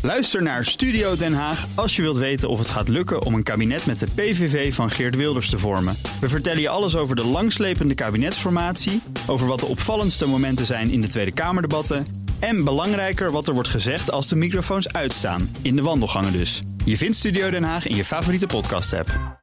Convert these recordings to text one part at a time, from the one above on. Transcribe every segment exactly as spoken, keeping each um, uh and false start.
Luister naar Studio Den Haag als je wilt weten of het gaat lukken om een kabinet met de P V V van Geert Wilders te vormen. We vertellen je alles over de langslepende kabinetsformatie, over wat de opvallendste momenten zijn in de Tweede Kamerdebatten en belangrijker wat er wordt gezegd als de microfoons uitstaan, in de wandelgangen dus. Je vindt Studio Den Haag in je favoriete podcast-app.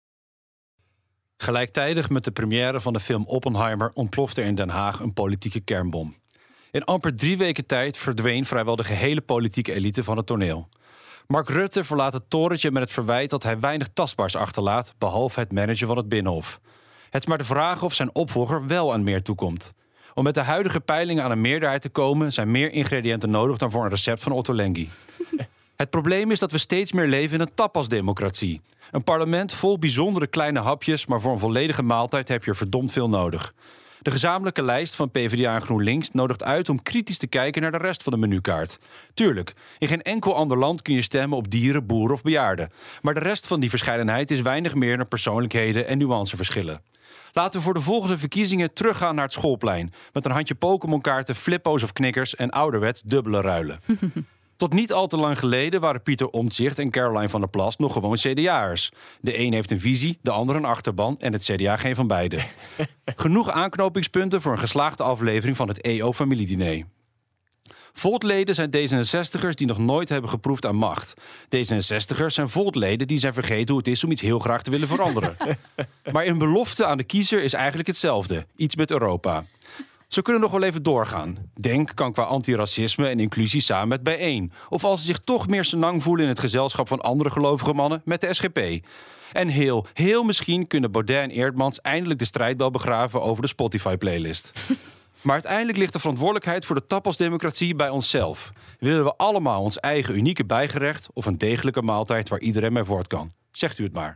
Gelijktijdig met de première van de film Oppenheimer ontplofte er in Den Haag een politieke kernbom. In amper drie weken tijd verdween vrijwel de gehele politieke elite van het toneel. Mark Rutte verlaat het torentje met het verwijt dat hij weinig tastbaars achterlaat, behalve het managen van het Binnenhof. Het is maar de vraag of zijn opvolger wel aan meer toekomt. Om met de huidige peilingen aan een meerderheid te komen zijn meer ingrediënten nodig dan voor een recept van Ottolenghi. Het probleem is dat we steeds meer leven in een tapasdemocratie. Een parlement vol bijzondere kleine hapjes, maar voor een volledige maaltijd heb je er verdomd veel nodig. De gezamenlijke lijst van PvdA en GroenLinks nodigt uit om kritisch te kijken naar de rest van de menukaart. Tuurlijk, in geen enkel ander land kun je stemmen op dieren, boeren of bejaarden. Maar de rest van die verscheidenheid is weinig meer dan persoonlijkheden en nuanceverschillen. Laten we voor de volgende verkiezingen teruggaan naar het schoolplein. Met een handje Pokémon-kaarten, flippo's of knikkers en ouderwets dubbele ruilen. Tot niet al te lang geleden waren Pieter Omtzigt en Caroline van der Plas nog gewoon C D A'ers. De een heeft een visie, de ander een achterban en het C D A geen van beide. Genoeg aanknopingspunten voor een geslaagde aflevering van het E O-familiediner. Volt-leden zijn D zesenzestigers die nog nooit hebben geproefd aan macht. D zesenzestigers zijn Volt-leden die zijn vergeten hoe het is om iets heel graag te willen veranderen. Maar een belofte aan de kiezer is eigenlijk hetzelfde. Iets met Europa. Ze kunnen nog wel even doorgaan. Denk kan qua antiracisme en inclusie samen met bijeen. Of als ze zich toch meer senang voelen in het gezelschap van andere gelovige mannen met de S G P. En heel, heel misschien kunnen Baudet en Eerdmans eindelijk de strijdbel begraven over de Spotify-playlist. Maar uiteindelijk ligt de verantwoordelijkheid voor de tapasdemocratie bij onszelf. Willen we allemaal ons eigen unieke bijgerecht of een degelijke maaltijd waar iedereen mee voort kan? Zegt u het maar.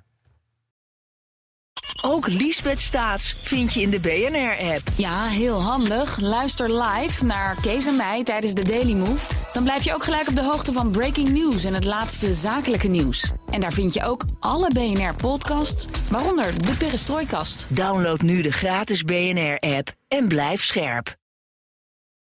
Ook Liesbeth Staats vind je in de B N R-app. Ja, heel handig. Luister live naar Kees en mij tijdens de Daily Move. Dan blijf je ook gelijk op de hoogte van breaking news en het laatste zakelijke nieuws. En daar vind je ook alle B N R-podcasts, waaronder de Perestrooikast. Download nu de gratis B N R-app en blijf scherp.